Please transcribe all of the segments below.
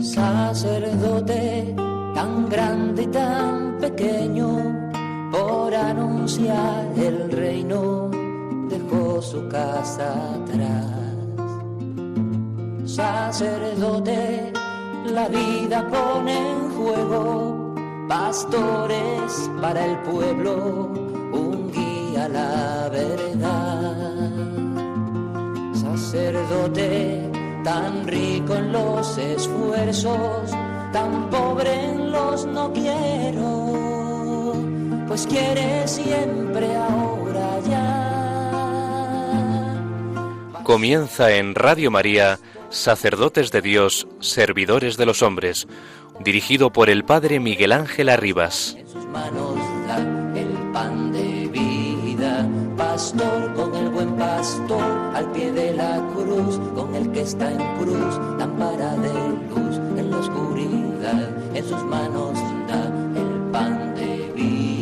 Sacerdote tan grande y tan pequeño, por anunciar el reino dejó su casa atrás. Sacerdote, la vida pone en juego, pastores para el pueblo, un guía a la verdad. Sacerdote, tan rico en los esfuerzos, tan pobre en los no quiero, pues quiere siempre ahora ya. Comienza en Radio María, Sacerdotes de Dios, Servidores de los Hombres, dirigido por el Padre Miguel Ángel Arribas. En sus manos da el pan de vida, pastor con el buen pastor, al pie de la cruz, con el que está en cruz, lámpara de luz en la oscuridad, en sus manos da el pan de vida.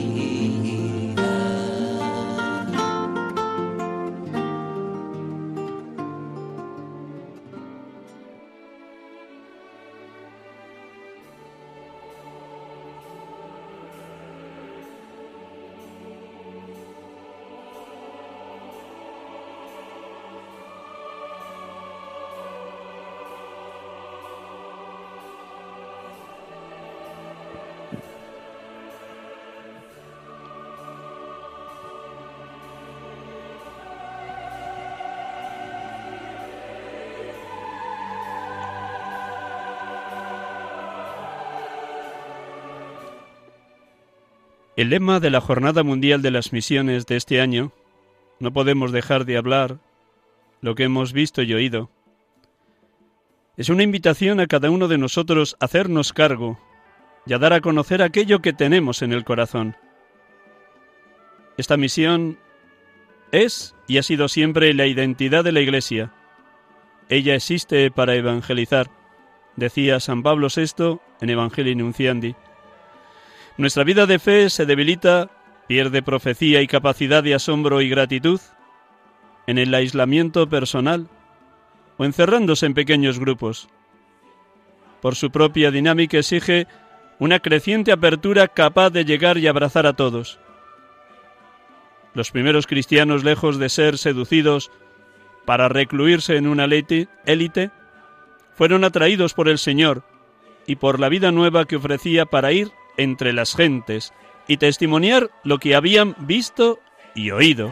El lema de la Jornada Mundial de las Misiones de este año, no podemos dejar de hablar lo que hemos visto y oído, es una invitación a cada uno de nosotros a hacernos cargo y a dar a conocer aquello que tenemos en el corazón. Esta misión es y ha sido siempre la identidad de la Iglesia. Ella existe para evangelizar, decía San Pablo VI en Evangelii Nunciandi. Nuestra vida de fe se debilita, pierde profecía y capacidad de asombro y gratitud en el aislamiento personal o encerrándose en pequeños grupos. Por su propia dinámica exige una creciente apertura capaz de llegar y abrazar a todos. Los primeros cristianos, lejos de ser seducidos para recluirse en una élite, fueron atraídos por el Señor y por la vida nueva que ofrecía para ir entre las gentes y testimoniar lo que habían visto y oído.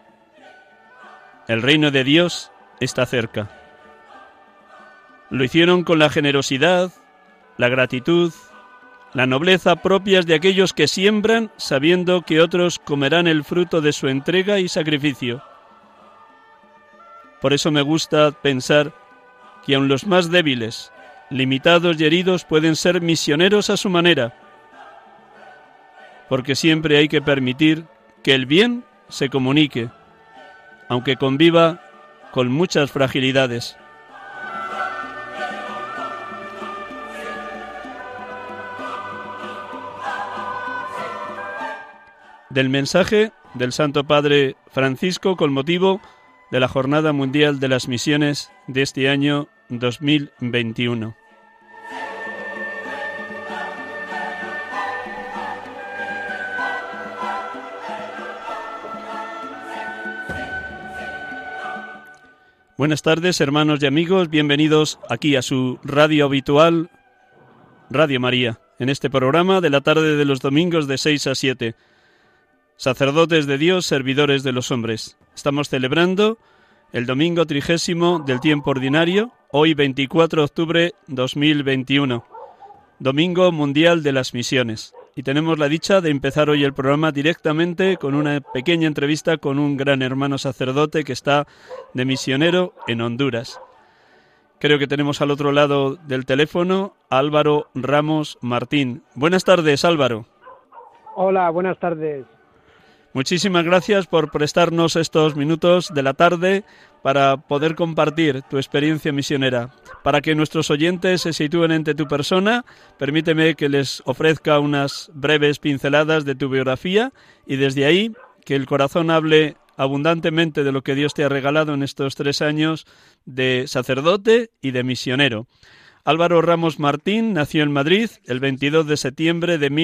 El reino de Dios está cerca. Lo hicieron con la generosidad, la gratitud, la nobleza propias de aquellos que siembran sabiendo que otros comerán el fruto de su entrega y sacrificio. Por eso me gusta pensar que aun los más débiles, limitados y heridos pueden ser misioneros a su manera, porque siempre hay que permitir que el bien se comunique, aunque conviva con muchas fragilidades. Del mensaje del Santo Padre Francisco con motivo de la Jornada Mundial de las Misiones de este año 2021. Buenas tardes, hermanos y amigos, bienvenidos aquí a su radio habitual, Radio María, en este programa de la tarde de los domingos de 6 a 7. Sacerdotes de Dios, servidores de los hombres. Estamos celebrando el domingo 30 del tiempo ordinario, hoy 24 de octubre 2021, Domingo Mundial de las Misiones. Y tenemos la dicha de empezar hoy el programa directamente con una pequeña entrevista con un gran hermano sacerdote que está de misionero en Honduras. Creo que tenemos al otro lado del teléfono a Álvaro Ramos Martín. Buenas tardes, Álvaro. Hola, buenas tardes. Muchísimas gracias por prestarnos estos minutos de la tarde para poder compartir tu experiencia misionera. Para que nuestros oyentes se sitúen ante tu persona, permíteme que les ofrezca unas breves pinceladas de tu biografía y desde ahí que el corazón hable abundantemente de lo que Dios te ha regalado en estos 3 años de sacerdote y de misionero. Álvaro Ramos Martín nació en Madrid el 22 de septiembre de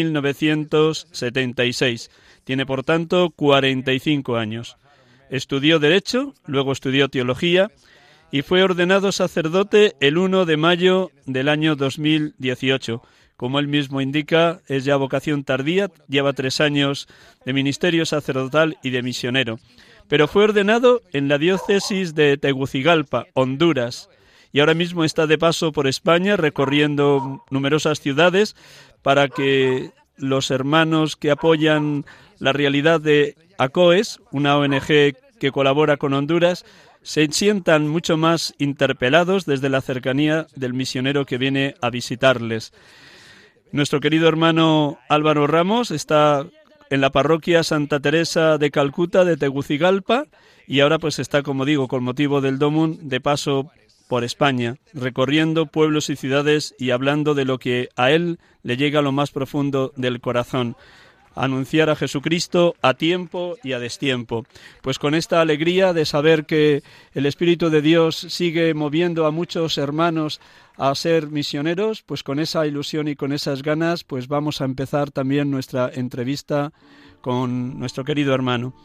1976. Tiene, por tanto, 45 años. Estudió Derecho, luego estudió Teología y fue ordenado sacerdote el 1 de mayo del año 2018. Como él mismo indica, es ya vocación tardía, lleva 3 años de ministerio sacerdotal y de misionero. Pero fue ordenado en la diócesis de Tegucigalpa, Honduras, y ahora mismo está de paso por España recorriendo numerosas ciudades para que los hermanos que apoyan la realidad de ACOES, una ONG que colabora con Honduras, se sientan mucho más interpelados desde la cercanía del misionero que viene a visitarles. Nuestro querido hermano Álvaro Ramos está en la parroquia Santa Teresa de Calcuta de Tegucigalpa y ahora pues está, como digo, con motivo del Domum, de paso por España, recorriendo pueblos y ciudades y hablando de lo que a él le llega a lo más profundo del corazón: anunciar a Jesucristo a tiempo y a destiempo. Pues con esta alegría de saber que el Espíritu de Dios sigue moviendo a muchos hermanos a ser misioneros, pues con esa ilusión y con esas ganas, pues vamos a empezar también nuestra entrevista con nuestro querido hermano.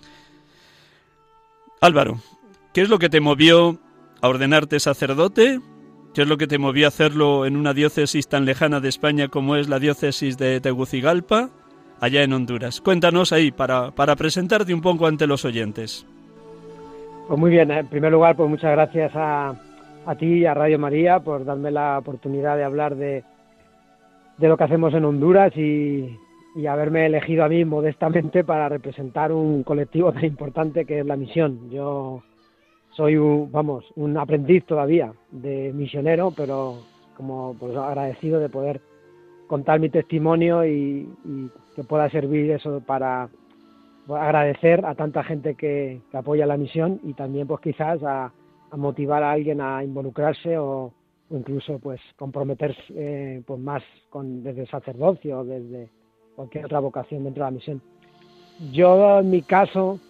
Álvaro, ¿qué es lo que te movió a ordenarte sacerdote? ¿Qué es lo que te movió a hacerlo en una diócesis tan lejana de España como es la diócesis de Tegucigalpa, allá en Honduras? Cuéntanos ahí, para presentarte un poco ante los oyentes. Pues muy bien, en primer lugar, pues muchas gracias a ti y a Radio María por darme la oportunidad de hablar de lo que hacemos en Honduras y haberme elegido a mí modestamente para representar un colectivo tan importante que es la misión. Yo soy un aprendiz todavía de misionero, pero como pues agradecido de poder contar mi testimonio y que pueda servir eso para agradecer a tanta gente que apoya la misión y también pues quizás a motivar a alguien a involucrarse o incluso pues comprometerse pues más desde el sacerdocio o desde cualquier otra vocación dentro de la misión. Yo en mi caso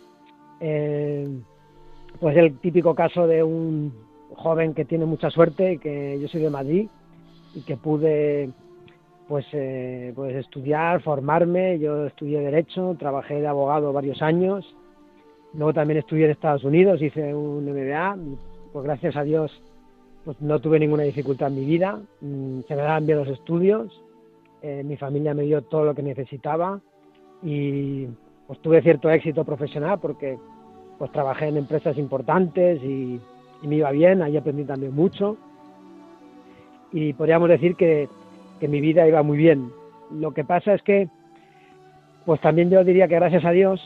pues el típico caso de un joven que tiene mucha suerte, que yo soy de Madrid y que pude pues estudiar, formarme. Yo estudié Derecho, trabajé de abogado varios años, luego también estudié en Estados Unidos, hice un MBA, pues gracias a Dios pues no tuve ninguna dificultad en mi vida, se me daban bien los estudios, mi familia me dio todo lo que necesitaba y pues tuve cierto éxito profesional porque pues trabajé en empresas importantes y me iba bien, ahí aprendí también mucho y podríamos decir que mi vida iba muy bien. Lo que pasa es que pues también yo diría que gracias a Dios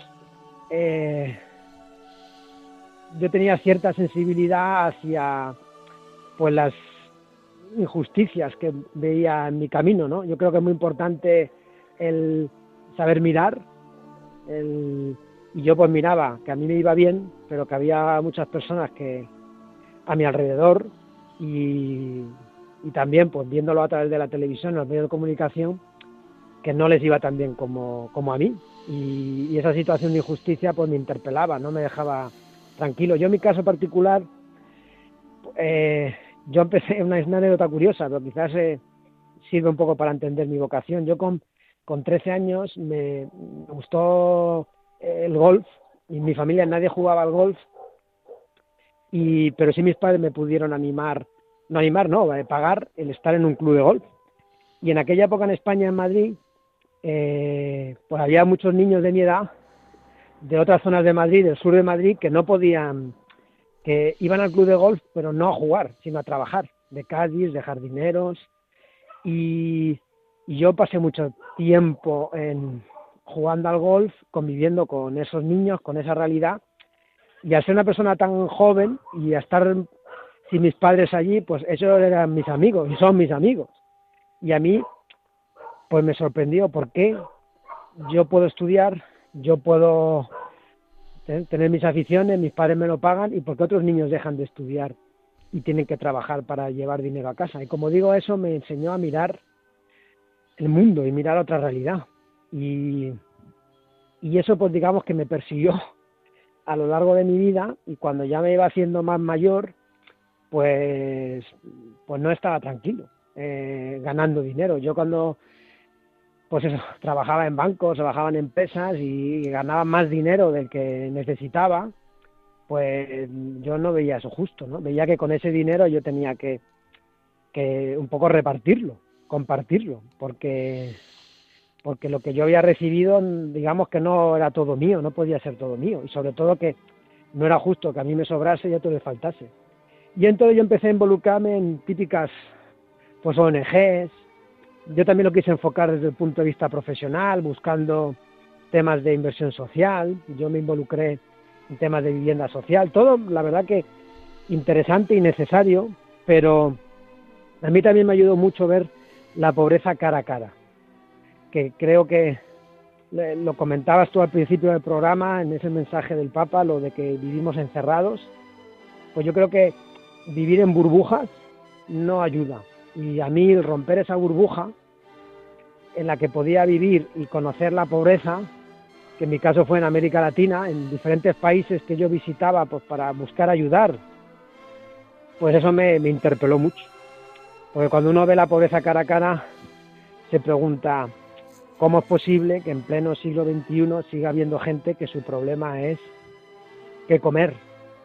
yo tenía cierta sensibilidad hacia pues las injusticias que veía en mi camino, ¿no? Yo creo que es muy importante el saber mirar, y yo pues miraba que a mí me iba bien, pero que había muchas personas que a mi alrededor y también pues viéndolo a través de la televisión, los medios de comunicación, que no les iba tan bien como a mí, y esa situación de injusticia pues me interpelaba, no me dejaba tranquilo. Yo en mi caso particular yo empecé una anécdota curiosa, pero quizás sirve un poco para entender mi vocación. Yo con 13 años me gustó el golf, y en mi familia nadie jugaba al golf, pero sí mis padres me pudieron pagar el estar en un club de golf. Y en aquella época en España, en Madrid, pues había muchos niños de mi edad, de otras zonas de Madrid, del sur de Madrid, que no podían, que iban al club de golf, pero no a jugar, sino a trabajar, de caddies, de jardineros, y yo pasé mucho tiempo jugando al golf, conviviendo con esos niños, con esa realidad, y al ser una persona tan joven y a estar sin mis padres allí, pues ellos eran mis amigos y son mis amigos. Y a mí, pues me sorprendió por qué yo puedo estudiar, yo puedo tener mis aficiones, mis padres me lo pagan, y por qué otros niños dejan de estudiar y tienen que trabajar para llevar dinero a casa. Y como digo, eso me enseñó a mirar el mundo y mirar otra realidad. Y eso pues digamos que me persiguió a lo largo de mi vida, y cuando ya me iba haciendo más mayor, pues no estaba tranquilo. ganando dinero. Yo cuando, pues eso, trabajaba en bancos, trabajaba en empresas y ganaba más dinero del que necesitaba, pues yo no veía eso justo, ¿no? Veía que con ese dinero yo tenía que un poco repartirlo, compartirlo, porque lo que yo había recibido, digamos que no era todo mío, no podía ser todo mío, y sobre todo que no era justo que a mí me sobrase y a otro le faltase. Y entonces yo empecé a involucrarme en típicas, pues, ONGs. Yo también lo quise enfocar desde el punto de vista profesional, buscando temas de inversión social. Yo me involucré en temas de vivienda social, todo, la verdad que interesante y necesario, pero a mí también me ayudó mucho ver la pobreza cara a cara, que creo que lo comentabas tú al principio del programa, en ese mensaje del Papa, lo de que vivimos encerrados. Pues yo creo que vivir en burbujas no ayuda. Y a mí el romper esa burbuja en la que podía vivir y conocer la pobreza, que en mi caso fue en América Latina, en diferentes países que yo visitaba pues para buscar ayudar, pues eso me interpeló mucho. Porque cuando uno ve la pobreza cara a cara, se pregunta cómo es posible que en pleno siglo XXI siga habiendo gente que su problema es qué comer.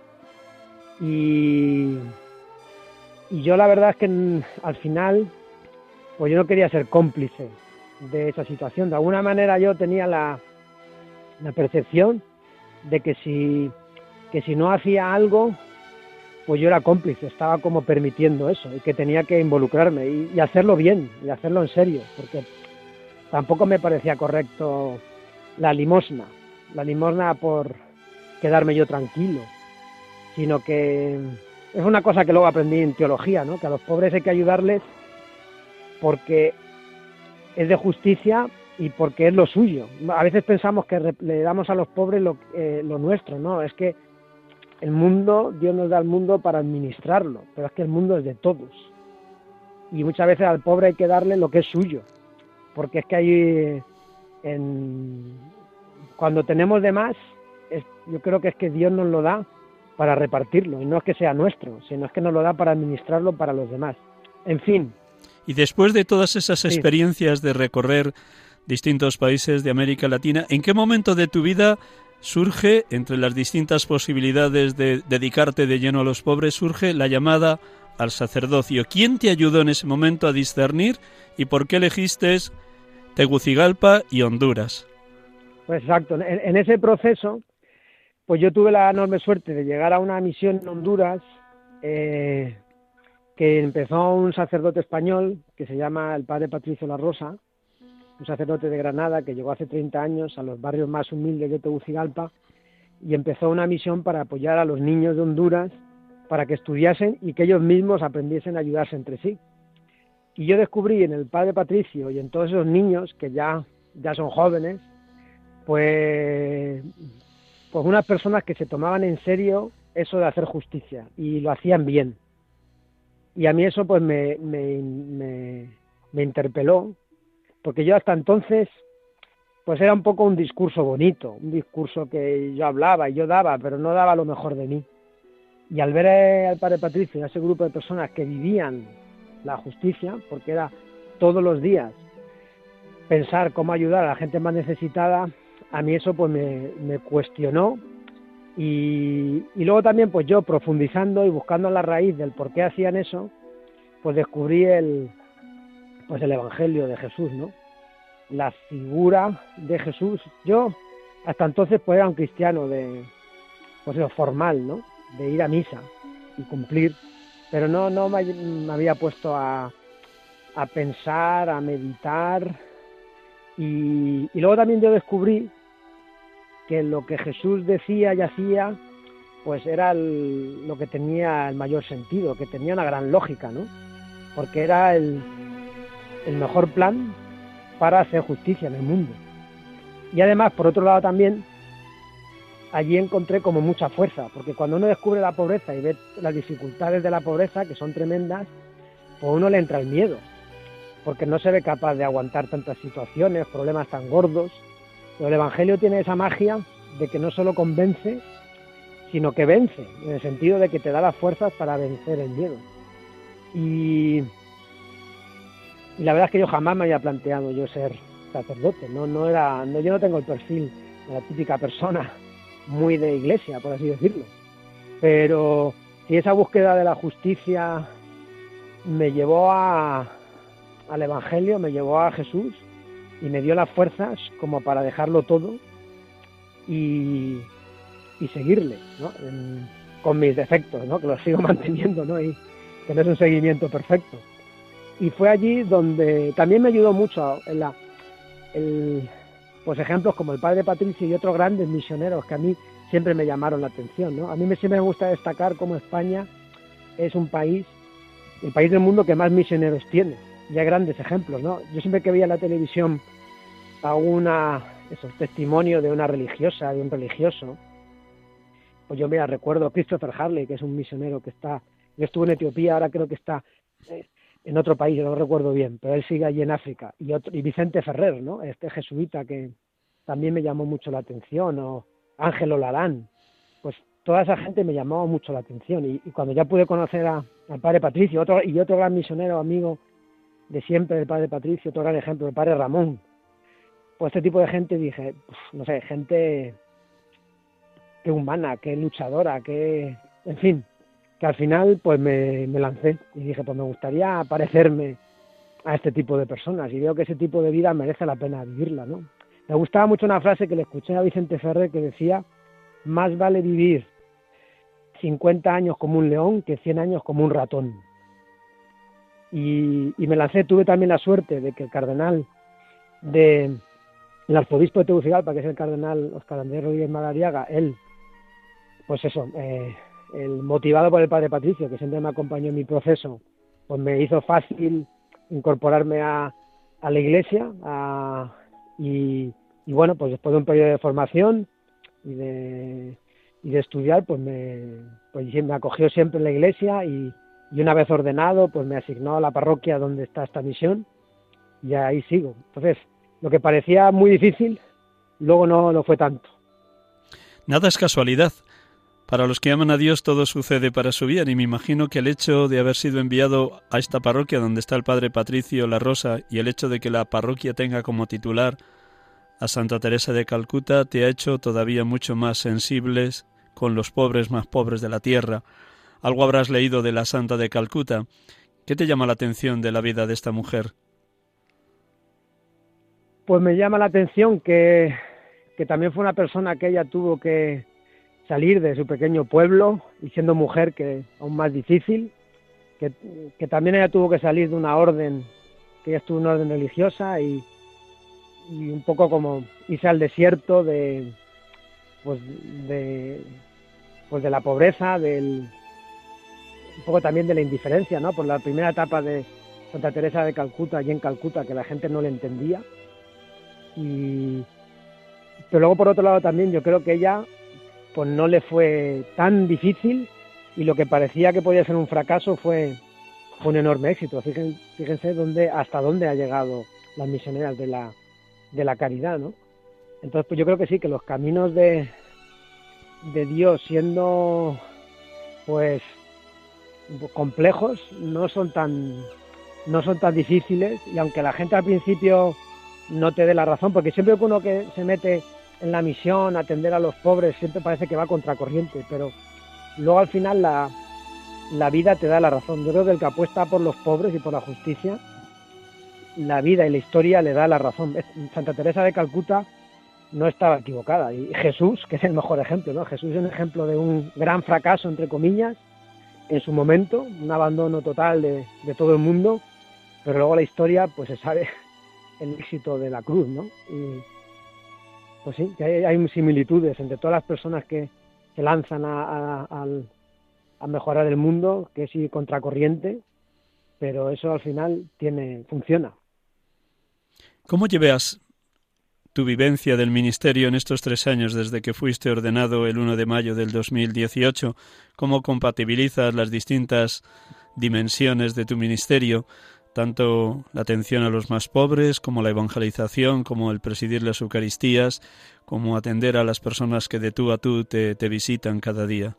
Y yo la verdad es que al final, pues yo no quería ser cómplice de esa situación. De alguna manera yo tenía la percepción de que si no hacía algo, pues yo era cómplice, estaba como permitiendo eso y que tenía que involucrarme y hacerlo bien, y hacerlo en serio, porque tampoco me parecía correcto la limosna por quedarme yo tranquilo, sino que es una cosa que luego aprendí en teología, ¿no? Que a los pobres hay que ayudarles porque es de justicia y porque es lo suyo. A veces pensamos que le damos a los pobres lo nuestro, ¿no? Es que el mundo, Dios nos da el mundo para administrarlo, pero es que el mundo es de todos. Y muchas veces al pobre hay que darle lo que es suyo, porque es que ahí, cuando tenemos de más, yo creo que es que Dios nos lo da para repartirlo, y no es que sea nuestro, sino es que nos lo da para administrarlo para los demás. En fin. Y después de todas esas experiencias de recorrer distintos países de América Latina, ¿en qué momento de tu vida surge, entre las distintas posibilidades de dedicarte de lleno a los pobres, surge la llamada al sacerdocio? ¿Quién te ayudó en ese momento a discernir y por qué elegiste Tegucigalpa y Honduras? Pues exacto, en ese proceso, pues yo tuve la enorme suerte de llegar a una misión en Honduras que empezó un sacerdote español que se llama el padre Patricio La Rosa, un sacerdote de Granada que llegó hace 30 años a los barrios más humildes de Tegucigalpa y empezó una misión para apoyar a los niños de Honduras para que estudiasen y que ellos mismos aprendiesen a ayudarse entre sí. Y yo descubrí en el padre Patricio y en todos esos niños que ya son jóvenes, pues unas personas que se tomaban en serio eso de hacer justicia y lo hacían bien. Y a mí eso pues me interpeló, porque yo hasta entonces pues era un poco un discurso bonito, un discurso que yo hablaba y yo daba, pero no daba lo mejor de mí. Y al ver al padre Patricio y a ese grupo de personas que vivían la justicia, porque era todos los días pensar cómo ayudar a la gente más necesitada, a mí eso pues me cuestionó. Y luego también pues yo profundizando y buscando la raíz del por qué hacían eso, pues descubrí el Evangelio de Jesús, ¿no? La figura de Jesús. Yo hasta entonces pues era un cristiano formal, ¿no? De ir a misa y cumplir, pero no me había puesto a pensar, a meditar, y luego también yo descubrí que lo que Jesús decía y hacía pues era lo que tenía el mayor sentido, que tenía una gran lógica, ¿no? Porque era el mejor plan para hacer justicia en el mundo. Y además, por otro lado también, allí encontré como mucha fuerza, porque cuando uno descubre la pobreza y ve las dificultades de la pobreza, que son tremendas, pues a uno le entra el miedo, porque no se ve capaz de aguantar tantas situaciones, problemas tan gordos. Pero el Evangelio tiene esa magia de que no solo convence, sino que vence, en el sentido de que te da las fuerzas para vencer el miedo. Y Y la verdad es que yo jamás me había planteado yo ser sacerdote, yo no tengo el perfil de la típica persona muy de iglesia, por así decirlo. Pero si esa búsqueda de la justicia me llevó al Evangelio, me llevó a Jesús y me dio las fuerzas como para dejarlo todo y seguirle, ¿no? Con mis defectos, ¿no? Que los sigo manteniendo, ¿no? Y que no es un seguimiento perfecto. Y fue allí donde también me ayudó mucho pues ejemplos como el padre Patricio y otros grandes misioneros que a mí siempre me llamaron la atención, ¿no? A mí siempre me gusta destacar cómo España es un país, el país del mundo que más misioneros tiene. Y hay grandes ejemplos, ¿no? Yo siempre que veía en la televisión testimonio de una religiosa, de un religioso, pues yo recuerdo Christopher Harley, que es un misionero que yo estuve en Etiopía, ahora creo que está en otro país, no recuerdo bien, pero él sigue allí en África, y Vicente Ferrer, ¿no? Este jesuita que también me llamó mucho la atención, o Ángelo Larán, pues toda esa gente me llamaba mucho la atención, y cuando ya pude conocer al padre Patricio, otro gran misionero amigo de siempre del padre Patricio, otro gran ejemplo, el padre Ramón, pues este tipo de gente dije, no sé, gente qué humana, qué luchadora, en fin, que al final pues me lancé y dije, pues me gustaría parecerme a este tipo de personas y veo que ese tipo de vida merece la pena vivirla, ¿no? Me gustaba mucho una frase que le escuché a Vicente Ferrer que decía, más vale vivir 50 años como un león que 100 años como un ratón. Y me lancé, tuve también la suerte de que el arzobispo de Tegucigalpa, que es el cardenal Óscar Andrés Rodríguez Madariaga, él, pues eso, el motivado por el padre Patricio, que siempre me acompañó en mi proceso, pues me hizo fácil incorporarme a la iglesia y bueno, pues después de un periodo de formación y de estudiar, pues me acogió siempre en la iglesia y una vez ordenado, pues me asignó a la parroquia donde está esta misión y ahí sigo. Entonces, lo que parecía muy difícil, luego no lo fue tanto. Nada es casualidad. Para los que aman a Dios todo sucede para su bien y me imagino que el hecho de haber sido enviado a esta parroquia donde está el padre Patricio La Rosa y el hecho de que la parroquia tenga como titular a Santa Teresa de Calcuta te ha hecho todavía mucho más sensibles con los pobres más pobres de la tierra. Algo habrás leído de la Santa de Calcuta. ¿Qué te llama la atención de la vida de esta mujer? Pues me llama la atención que también fue una persona que ella tuvo que salir de su pequeño pueblo y siendo mujer que aún más difícil, que también ella tuvo que salir de una orden, que ella estuvo en una orden religiosa y un poco como irse al desierto de la pobreza, un poco también de la indiferencia, ¿no? Por la primera etapa de Santa Teresa de Calcuta, allí en Calcuta, que la gente no le entendía. Pero luego por otro lado también yo creo que ella pues no le fue tan difícil y lo que parecía que podía ser un fracaso fue un enorme éxito. Fíjense hasta dónde ha llegado las misioneras de la caridad, ¿no? Entonces pues yo creo que sí, que los caminos de Dios siendo pues complejos no son tan difíciles y aunque la gente al principio no te dé la razón, porque siempre que uno que se mete en la misión, atender a los pobres, siempre parece que va contracorriente, pero luego al final la vida te da la razón. Yo creo que el que apuesta por los pobres y por la justicia, la vida y la historia le da la razón. Santa Teresa de Calcuta no estaba equivocada, y Jesús, que es el mejor ejemplo, ¿no? Jesús es un ejemplo de un gran fracaso, entre comillas, en su momento, un abandono total de todo el mundo, pero luego la historia, pues se sabe el éxito de la cruz, ¿no? Y pues sí, que hay similitudes entre todas las personas que se lanzan a mejorar el mundo, que es ir contracorriente, pero eso al final funciona. ¿Cómo llevas tu vivencia del ministerio en estos 3 años desde que fuiste ordenado el 1 de mayo del 2018? ¿Cómo compatibilizas las distintas dimensiones de tu ministerio? Tanto la atención a los más pobres, como la evangelización, como el presidir las Eucaristías, como atender a las personas que de tú a tú te visitan cada día.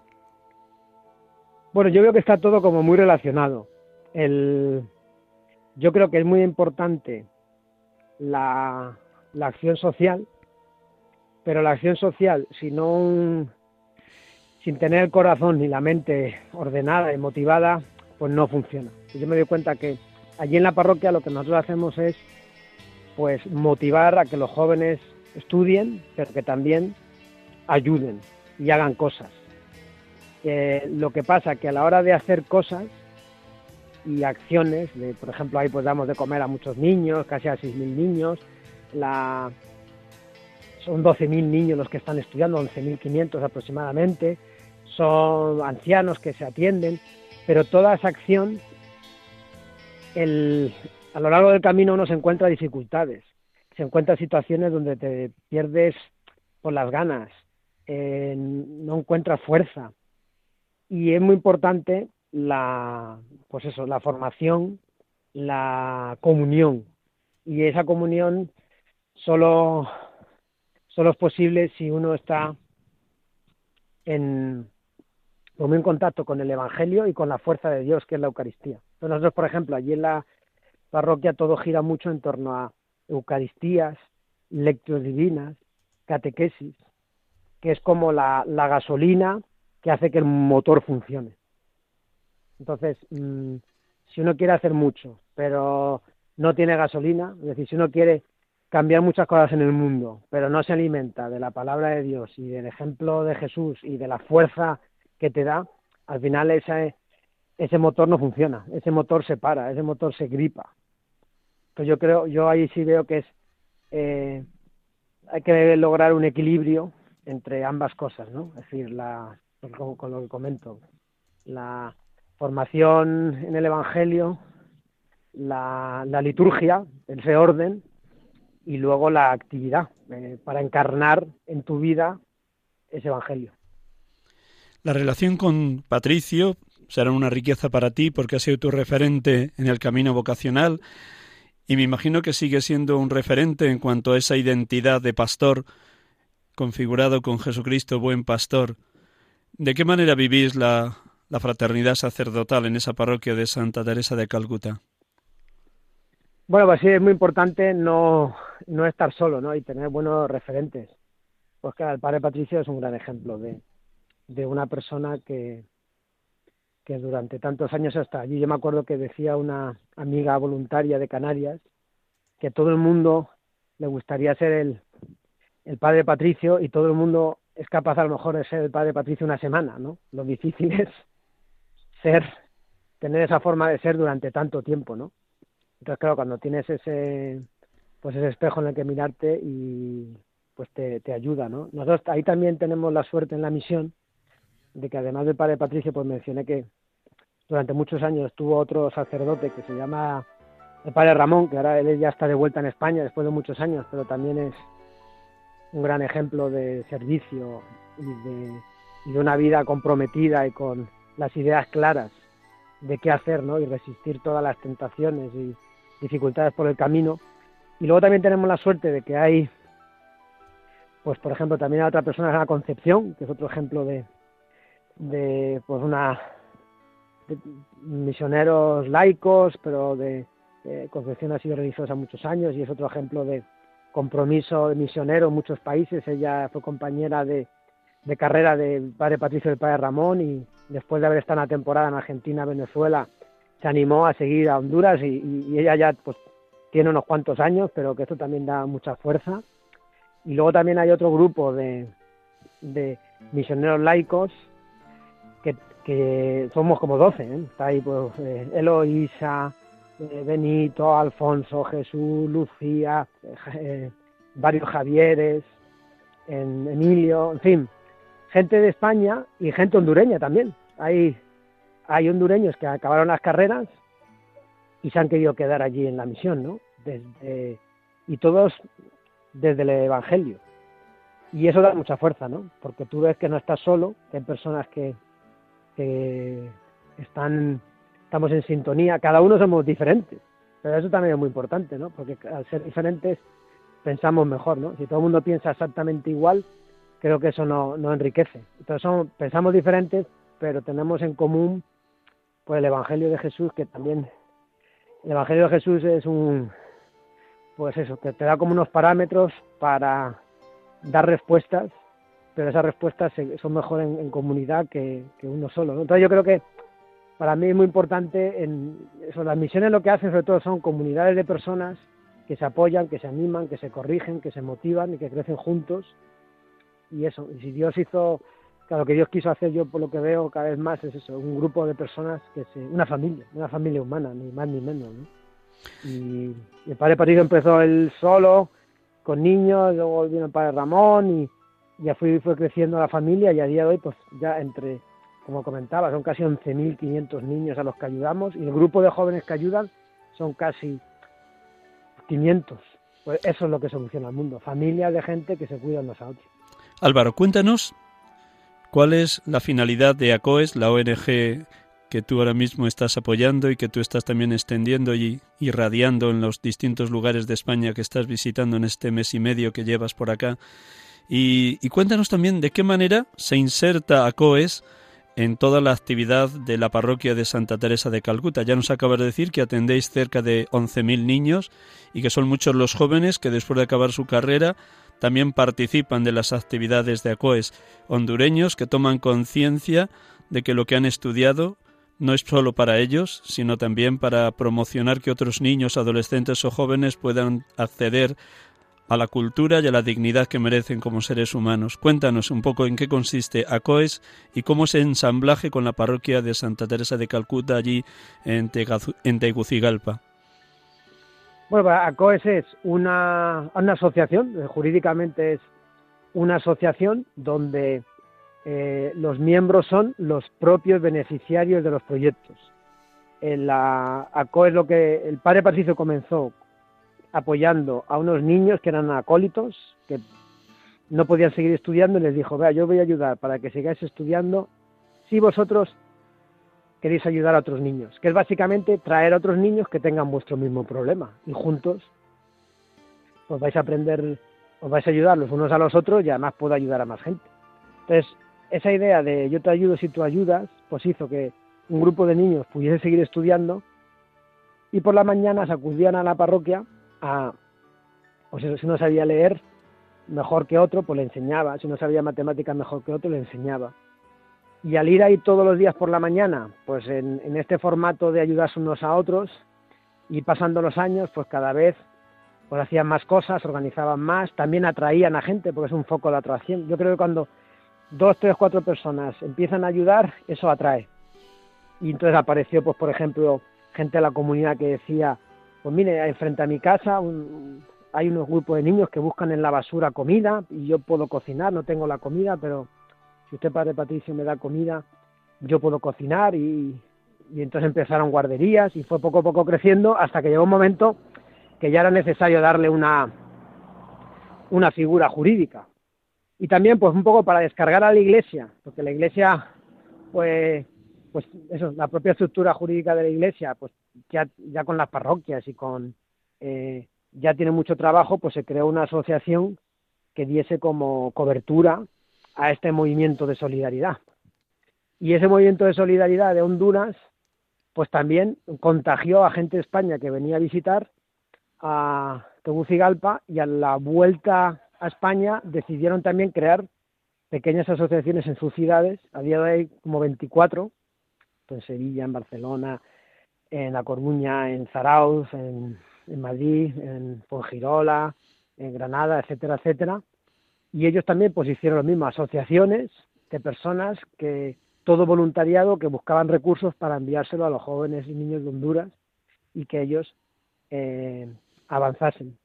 Bueno, yo veo que está todo como muy relacionado. yo creo que es muy importante la acción social, pero la acción social, sin tener el corazón ni la mente ordenada y motivada, pues no funciona. Yo me doy cuenta que allí en la parroquia lo que nosotros hacemos es pues motivar a que los jóvenes estudien, pero que también ayuden y hagan cosas. Lo que pasa que a la hora de hacer cosas y acciones, por ejemplo, ahí pues damos de comer a muchos niños, casi a 6.000 niños, son 12.000 niños los que están estudiando, 11.500 aproximadamente, son ancianos que se atienden, pero toda esa acción, a lo largo del camino uno se encuentra dificultades, se encuentra situaciones donde te pierdes por las ganas, no encuentras fuerza, y es muy importante la formación, la comunión, y esa comunión solo es posible si uno está muy en contacto con el Evangelio y con la fuerza de Dios, que es la Eucaristía. Entonces nosotros, por ejemplo, allí en la parroquia todo gira mucho en torno a Eucaristías, lecturas divinas, catequesis, que es como la gasolina que hace que el motor funcione. Entonces, si uno quiere hacer mucho, pero no tiene gasolina, es decir, si uno quiere cambiar muchas cosas en el mundo, pero no se alimenta de la palabra de Dios y del ejemplo de Jesús y de la fuerza que te da, al final ese motor no funciona, ese motor se para, ese motor se gripa. Entonces yo ahí sí veo que hay que lograr un equilibrio entre ambas cosas, ¿no? Es decir, con lo que comento, la formación en el Evangelio, la liturgia, ese orden, y luego la actividad para encarnar en tu vida ese Evangelio. La relación con Patricio será una riqueza para ti porque ha sido tu referente en el camino vocacional y me imagino que sigue siendo un referente en cuanto a esa identidad de pastor configurado con Jesucristo, buen pastor. ¿De qué manera vivís la fraternidad sacerdotal en esa parroquia de Santa Teresa de Calcuta? Bueno, pues sí, es muy importante no estar solo, ¿no? Y tener buenos referentes. Pues claro, el padre Patricio es un gran ejemplo de una persona que durante tantos años hasta allí. Yo me acuerdo que decía una amiga voluntaria de Canarias que todo el mundo le gustaría ser el padre Patricio y todo el mundo es capaz a lo mejor de ser el padre Patricio una semana, ¿no? Lo difícil es tener esa forma de ser durante tanto tiempo, ¿no? Entonces, claro, cuando tienes ese espejo en el que mirarte y pues te ayuda, ¿no? Nosotros ahí también tenemos la suerte en la misión de que además del padre Patricio, pues mencioné que durante muchos años tuvo otro sacerdote que se llama el padre Ramón, que ahora él ya está de vuelta en España después de muchos años, pero también es un gran ejemplo de servicio y de una vida comprometida y con las ideas claras de qué hacer, ¿no? Y resistir todas las tentaciones y dificultades por el camino. Y luego también tenemos la suerte de que hay, pues por ejemplo, también hay otra persona, la Concepción, que es otro ejemplo de misioneros laicos, pero de Concepción ha sido religiosa muchos años y es otro ejemplo de compromiso de misionero en muchos países. Ella fue compañera de carrera del padre Patricio y del padre Ramón y después de haber estado una temporada en Argentina, Venezuela, se animó a seguir a Honduras y ella ya pues tiene unos cuantos años, pero que esto también da mucha fuerza. Y luego también hay otro grupo de misioneros laicos que somos como 12, ¿eh? Está ahí pues Eloísa, Benito, Alfonso, Jesús, Lucía, varios Javieres, Emilio, en fin, gente de España y gente hondureña también. Hay hondureños que acabaron las carreras y se han querido quedar allí en la misión, ¿no? Y todos desde el Evangelio. Y eso da mucha fuerza, ¿no? Porque tú ves que no estás solo, que hay personas que estamos en sintonía, cada uno somos diferentes, pero eso también es muy importante, ¿no? Porque al ser diferentes pensamos mejor, ¿no? Si todo el mundo piensa exactamente igual, creo que eso no enriquece. Entonces pensamos diferentes, pero tenemos en común pues el Evangelio de Jesús, que también El Evangelio de Jesús es pues eso, te da como unos parámetros para dar respuestas, pero esas respuestas son mejor en comunidad que uno solo, ¿no? Entonces yo creo que para mí es muy importante las misiones lo que hacen sobre todo son comunidades de personas que se apoyan, que se animan, que se corrigen, que se motivan y que crecen juntos. Y eso, y si Dios hizo, claro, lo que Dios quiso hacer, yo por lo que veo cada vez más es eso, un grupo de personas una familia humana, ni más ni menos, ¿no? Y el padre Patricio empezó él solo, con niños, luego vino el padre Ramón y ya fue creciendo la familia y a día de hoy pues ya como comentaba, son casi 11.500 niños a los que ayudamos y el grupo de jóvenes que ayudan son casi 500. Pues eso es lo que soluciona el mundo, familias de gente que se cuidan unos a otros. Álvaro, cuéntanos cuál es la finalidad de ACOES, la ONG que tú ahora mismo estás apoyando y que tú estás también extendiendo y irradiando en los distintos lugares de España que estás visitando en este mes y medio que llevas por acá. Y cuéntanos también de qué manera se inserta ACOES en toda la actividad de la parroquia de Santa Teresa de Calcuta. Ya nos acabas de decir que atendéis cerca de 11.000 niños y que son muchos los jóvenes que después de acabar su carrera también participan de las actividades de ACOES, hondureños que toman conciencia de que lo que han estudiado no es solo para ellos, sino también para promocionar que otros niños, adolescentes o jóvenes puedan acceder a la cultura y a la dignidad que merecen como seres humanos. Cuéntanos un poco en qué consiste ACOES y cómo es ensamblaje con la parroquia de Santa Teresa de Calcuta allí en Tegucigalpa. Bueno, ACOES es una asociación, jurídicamente es una asociación donde los miembros son los propios beneficiarios de los proyectos. La ACOES el padre Patricio comenzó apoyando a unos niños que eran acólitos, que no podían seguir estudiando, y les dijo, vea, yo voy a ayudar para que sigáis estudiando si vosotros queréis ayudar a otros niños, que es básicamente traer a otros niños que tengan vuestro mismo problema, y juntos os vais a aprender, os vais a ayudar los unos a los otros y además puedo ayudar a más gente. Entonces, esa idea de yo te ayudo si tú ayudas, pues hizo que un grupo de niños pudiese seguir estudiando y por la mañana se acudían a la parroquia pues eso, si uno sabía leer mejor que otro, pues le enseñaba, si uno sabía matemáticas mejor que otro, le enseñaba. Y al ir ahí todos los días por la mañana, pues en este formato de ayudarse unos a otros, y pasando los años, pues cada vez pues hacían más cosas, organizaban más, también atraían a gente, porque es un foco de atracción. Yo creo que cuando 2, 3, 4 personas empiezan a ayudar, eso atrae. Y entonces apareció, pues por ejemplo, gente de la comunidad que decía, pues mire, frente a mi casa hay unos grupos de niños que buscan en la basura comida y yo puedo cocinar, no tengo la comida, pero si usted, padre Patricio, me da comida, yo puedo cocinar y entonces empezaron guarderías y fue poco a poco creciendo hasta que llegó un momento que ya era necesario darle una figura jurídica. Y también pues un poco para descargar a la Iglesia, porque la Iglesia, pues eso, la propia estructura jurídica de la Iglesia, pues ya con las parroquias y con ya tiene mucho trabajo, pues se creó una asociación que diese como cobertura a este movimiento de solidaridad. Y ese movimiento de solidaridad de Honduras, pues también contagió a gente de España que venía a visitar a Tegucigalpa, y a la vuelta a España decidieron también crear pequeñas asociaciones en sus ciudades. A día de hoy como 24, pues en Sevilla, en Barcelona, en La Coruña, en Zarauz, en Madrid, en Fuengirola, en Granada, etcétera, etcétera. Y ellos también pues hicieron lo mismo, asociaciones de personas que todo voluntariado que buscaban recursos para enviárselo a los jóvenes y niños de Honduras y que ellos avanzasen.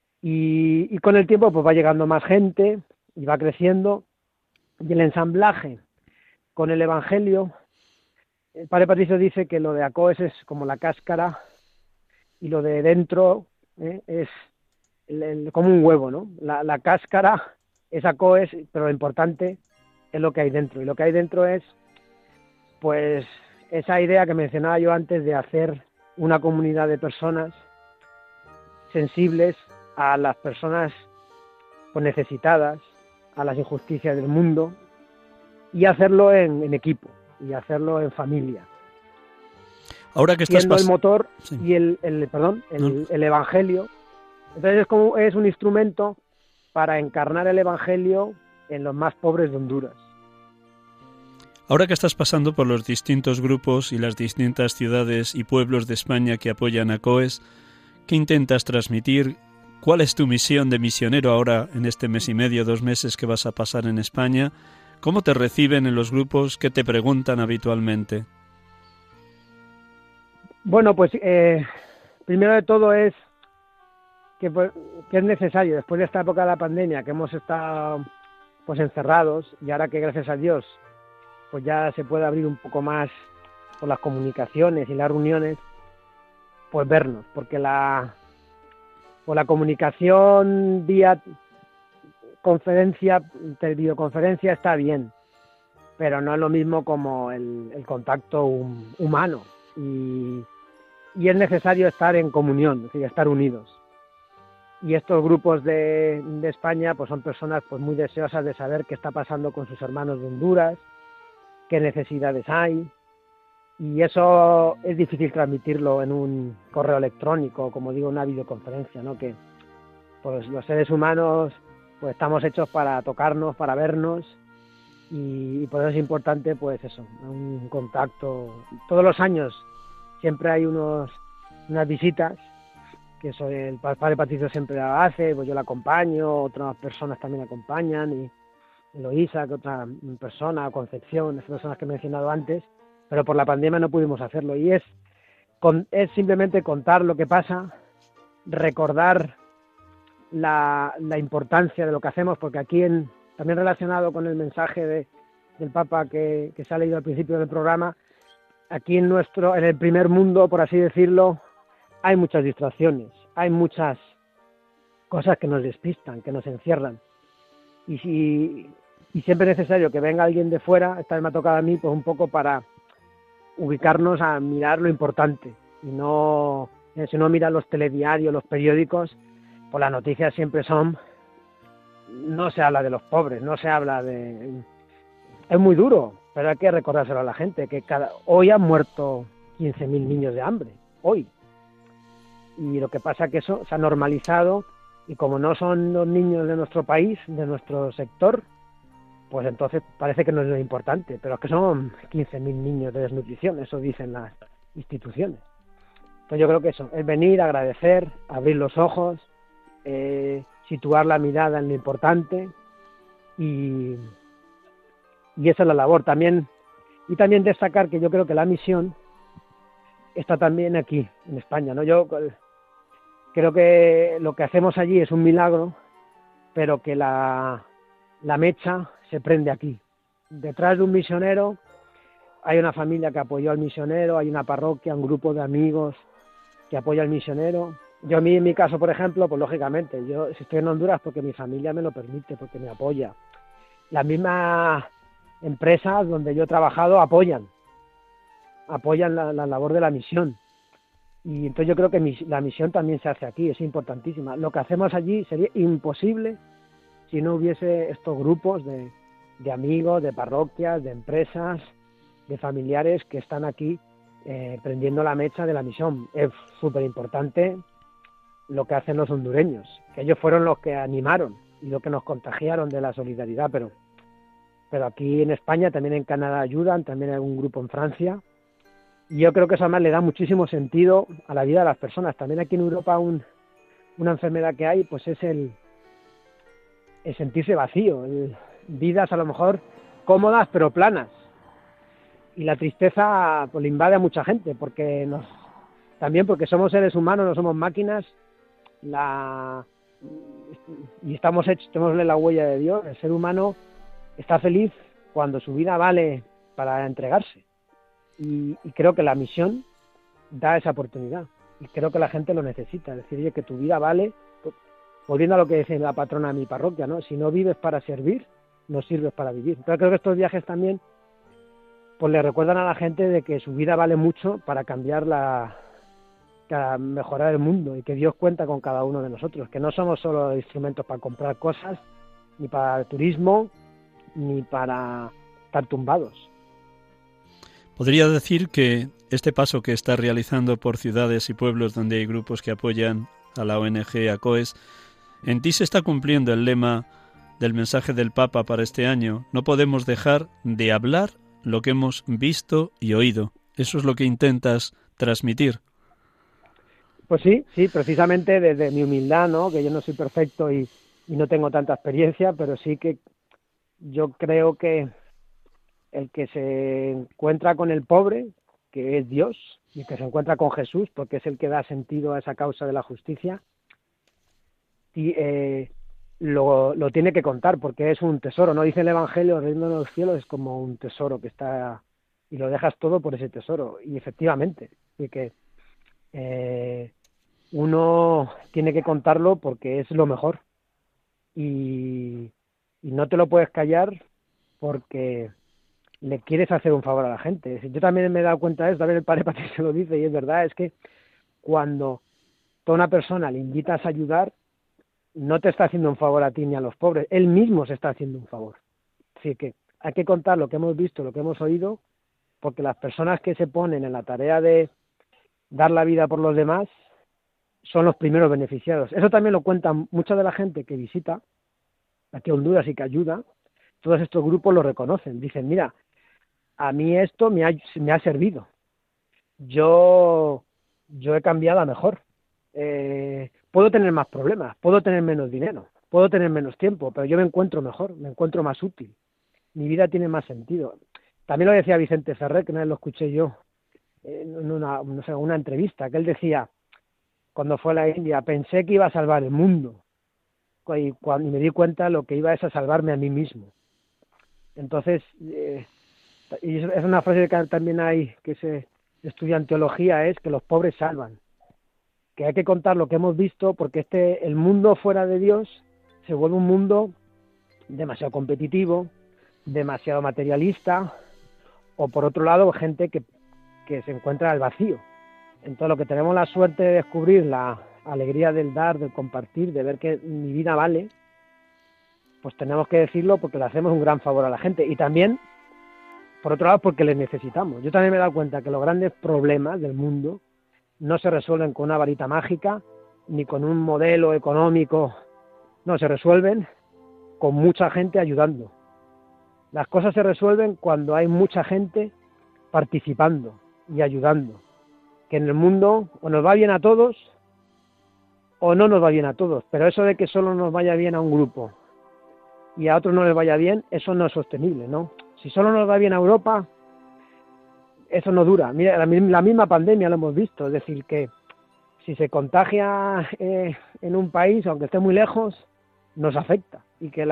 Y con el tiempo pues va llegando más gente y va creciendo, y el ensamblaje con el Evangelio, el padre Patricio dice que lo de ACOES es como la cáscara y lo de dentro es como un huevo, ¿no? La cáscara es ACOES, pero lo importante es lo que hay dentro, y lo que hay dentro es pues esa idea que mencionaba yo antes de hacer una comunidad de personas sensibles a las personas pues necesitadas, a las injusticias del mundo, y hacerlo en equipo y hacerlo en familia. Ahora que estás siendo el motor sí. y el Evangelio. Entonces es un instrumento para encarnar el Evangelio en los más pobres de Honduras. Ahora que estás pasando por los distintos grupos y las distintas ciudades y pueblos de España que apoyan a COES, ¿qué intentas transmitir? ¿Cuál es tu misión de misionero ahora en este mes y medio, 2 meses que vas a pasar en España? ¿Cómo te reciben en los grupos? ¿Qué te preguntan habitualmente? Bueno, pues primero de todo es que es necesario, después de esta época de la pandemia, que hemos estado pues encerrados, y ahora que gracias a Dios pues ya se puede abrir un poco más por las comunicaciones y las reuniones, pues vernos, porque la comunicación vía conferencia, videoconferencia está bien, pero no es lo mismo como el contacto humano, y es necesario estar en comunión, es decir, estar unidos. Y estos grupos de España pues son personas pues muy deseosas de saber qué está pasando con sus hermanos de Honduras, qué necesidades hay, y eso es difícil transmitirlo en un correo electrónico, como digo, una videoconferencia, ¿no? Que pues los seres humanos pues estamos hechos para tocarnos, para vernos, y por eso es importante pues eso, un contacto. Todos los años siempre hay unas visitas, que el padre Patricio siempre la hace, pues yo la acompaño, otras personas también acompañan, y Eloísa, que otra persona, Concepción, esas personas que he mencionado antes, pero por la pandemia no pudimos hacerlo, y es simplemente contar lo que pasa, recordar la importancia de lo que hacemos, porque aquí también relacionado con el mensaje del Papa que se ha leído al principio del programa, aquí en el primer mundo, por así decirlo, hay muchas distracciones, hay muchas cosas que nos despistan, que nos encierran, y siempre es necesario que venga alguien de fuera. Esta vez me ha tocado a mí pues un poco para ubicarnos a mirar lo importante, y no, si uno mira los telediarios, los periódicos, pues las noticias siempre no se habla de los pobres, no se habla es muy duro, pero hay que recordárselo a la gente, que hoy han muerto 15.000 niños de hambre, hoy. Y lo que pasa es que eso se ha normalizado, y como no son los niños de nuestro país, de nuestro sector, pues entonces parece que no es lo importante, pero es que son 15.000 niños de desnutrición, eso dicen las instituciones. Entonces yo creo que eso, es venir, agradecer, abrir los ojos, situar la mirada en lo importante, y esa es la labor también. Y también destacar que yo creo que la misión está también aquí, en España, ¿no? Yo creo que lo que hacemos allí es un milagro, pero que la mecha se prende aquí. Detrás de un misionero hay una familia que apoyó al misionero, hay una parroquia, un grupo de amigos que apoya al misionero. Yo, en mi caso, por ejemplo, pues lógicamente, yo si estoy en Honduras porque mi familia me lo permite, porque me apoya. Las mismas empresas donde yo he trabajado apoyan la labor de la misión. Y entonces yo creo que la misión también se hace aquí, es importantísima. Lo que hacemos allí sería imposible si no hubiese estos grupos de amigos, de parroquias, de empresas, de familiares que están aquí prendiendo la mecha de la misión. Es súper importante lo que hacen los hondureños, que ellos fueron los que animaron y los que nos contagiaron de la solidaridad, pero aquí en España, también en Canadá ayudan, también hay un grupo en Francia, y yo creo que eso además le da muchísimo sentido a la vida de las personas. También aquí en Europa una enfermedad que hay, pues es el sentirse vacío, vidas a lo mejor cómodas pero planas, y la tristeza pues le invade a mucha gente, porque somos seres humanos, no somos máquinas, y estamos hechos, tenemos la huella de Dios. El ser humano está feliz cuando su vida vale para entregarse, y creo que la misión da esa oportunidad, y creo que la gente lo necesita, es decir, oye, que tu vida vale, volviendo a lo que dice la patrona de mi parroquia, ¿no? Si no vives para servir, no sirves para vivir. Entonces creo que estos viajes también pues le recuerdan a la gente de que su vida vale mucho para cambiar para mejorar el mundo, y que Dios cuenta con cada uno de nosotros, que no somos solo instrumentos para comprar cosas, ni para el turismo, ni para estar tumbados. Podría decir que este paso que está realizando por ciudades y pueblos donde hay grupos que apoyan a la ONG ACOES, en ti se está cumpliendo el lema del mensaje del Papa para este año. No podemos dejar de hablar lo que hemos visto y oído. Eso es lo que intentas transmitir. Pues sí, precisamente desde mi humildad, ¿no? Que yo no soy perfecto y no tengo tanta experiencia, pero sí que yo creo que el que se encuentra con el pobre, que es Dios, y que se encuentra con Jesús, porque es el que da sentido a esa causa de la justicia, y, lo tiene que contar, porque es un tesoro, ¿no? Dice el Evangelio, el reino de los cielos es como un tesoro que está, y lo dejas todo por ese tesoro, y efectivamente, y que uno tiene que contarlo porque es lo mejor, y no te lo puedes callar porque le quieres hacer un favor a la gente. Yo también me he dado cuenta de esto, también el padre Patricio lo dice, y es verdad, es que cuando toda una persona le invitas a ayudar, no te está haciendo un favor a ti ni a los pobres, él mismo se está haciendo un favor. Así que hay que contar lo que hemos visto, lo que hemos oído, porque las personas que se ponen en la tarea de dar la vida por los demás son los primeros beneficiados. Eso también lo cuenta mucha de la gente que visita aquí a Honduras y que ayuda. Todos estos grupos lo reconocen, dicen, mira, a mí esto me ha servido. Yo he cambiado a mejor. Puedo tener más problemas, puedo tener menos dinero, puedo tener menos tiempo, pero yo me encuentro mejor, me encuentro más útil. Mi vida tiene más sentido. También lo decía Vicente Ferrer, que una vez lo escuché yo en una entrevista, que él decía, cuando fue a la India, pensé que iba a salvar el mundo, y me di cuenta lo que iba es a salvarme a mí mismo. Entonces, y es una frase que también hay, que se estudia en teología, es que los pobres salvan. Que hay que contar lo que hemos visto, porque el mundo fuera de Dios se vuelve un mundo demasiado competitivo, demasiado materialista, o por otro lado, gente que se encuentra al vacío. Entonces, lo que tenemos la suerte de descubrir, la alegría del dar, del compartir, de ver que mi vida vale, pues tenemos que decirlo porque le hacemos un gran favor a la gente. Y también, por otro lado, porque les necesitamos. Yo también me he dado cuenta que los grandes problemas del mundo no se resuelven con una varita mágica, ni con un modelo económico. No, se resuelven con mucha gente ayudando. Las cosas se resuelven cuando hay mucha gente participando y ayudando. Que en el mundo o nos va bien a todos o no nos va bien a todos. Pero eso de que solo nos vaya bien a un grupo y a otros no les vaya bien, eso no es sostenible, ¿no? Si solo nos va bien a Europa, eso no dura. Mira, la misma pandemia lo hemos visto, es decir, que si se contagia en un país, aunque esté muy lejos, nos afecta, y que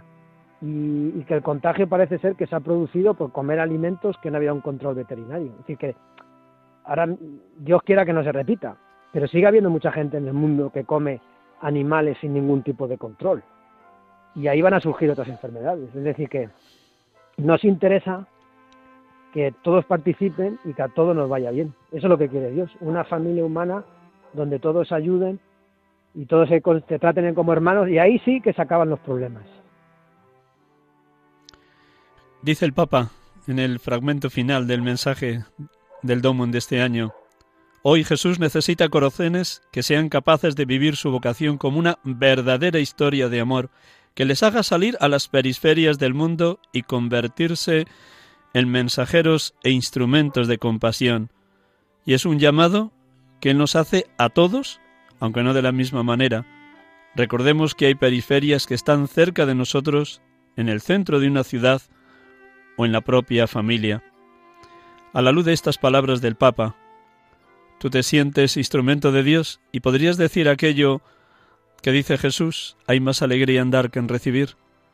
el contagio parece ser que se ha producido por comer alimentos que no había un control veterinario. Es decir, que ahora Dios quiera que no se repita, pero sigue habiendo mucha gente en el mundo que come animales sin ningún tipo de control, y ahí van a surgir otras enfermedades. Es decir, que nos interesa que todos participen y que a todos nos vaya bien. Eso es lo que quiere Dios, una familia humana donde todos ayuden y todos se traten como hermanos, y ahí sí que se acaban los problemas. Dice el Papa en el fragmento final del mensaje del Domum de este año: hoy Jesús necesita corazones que sean capaces de vivir su vocación como una verdadera historia de amor, que les haga salir a las periferias del mundo y convertirse en mensajeros e instrumentos de compasión. Y es un llamado que Él nos hace a todos, aunque no de la misma manera. Recordemos que hay periferias que están cerca de nosotros, en el centro de una ciudad o en la propia familia. A la luz de estas palabras del Papa, ¿tú te sientes instrumento de Dios? ¿Y podrías decir aquello que dice Jesús: hay más alegría en dar que en recibir?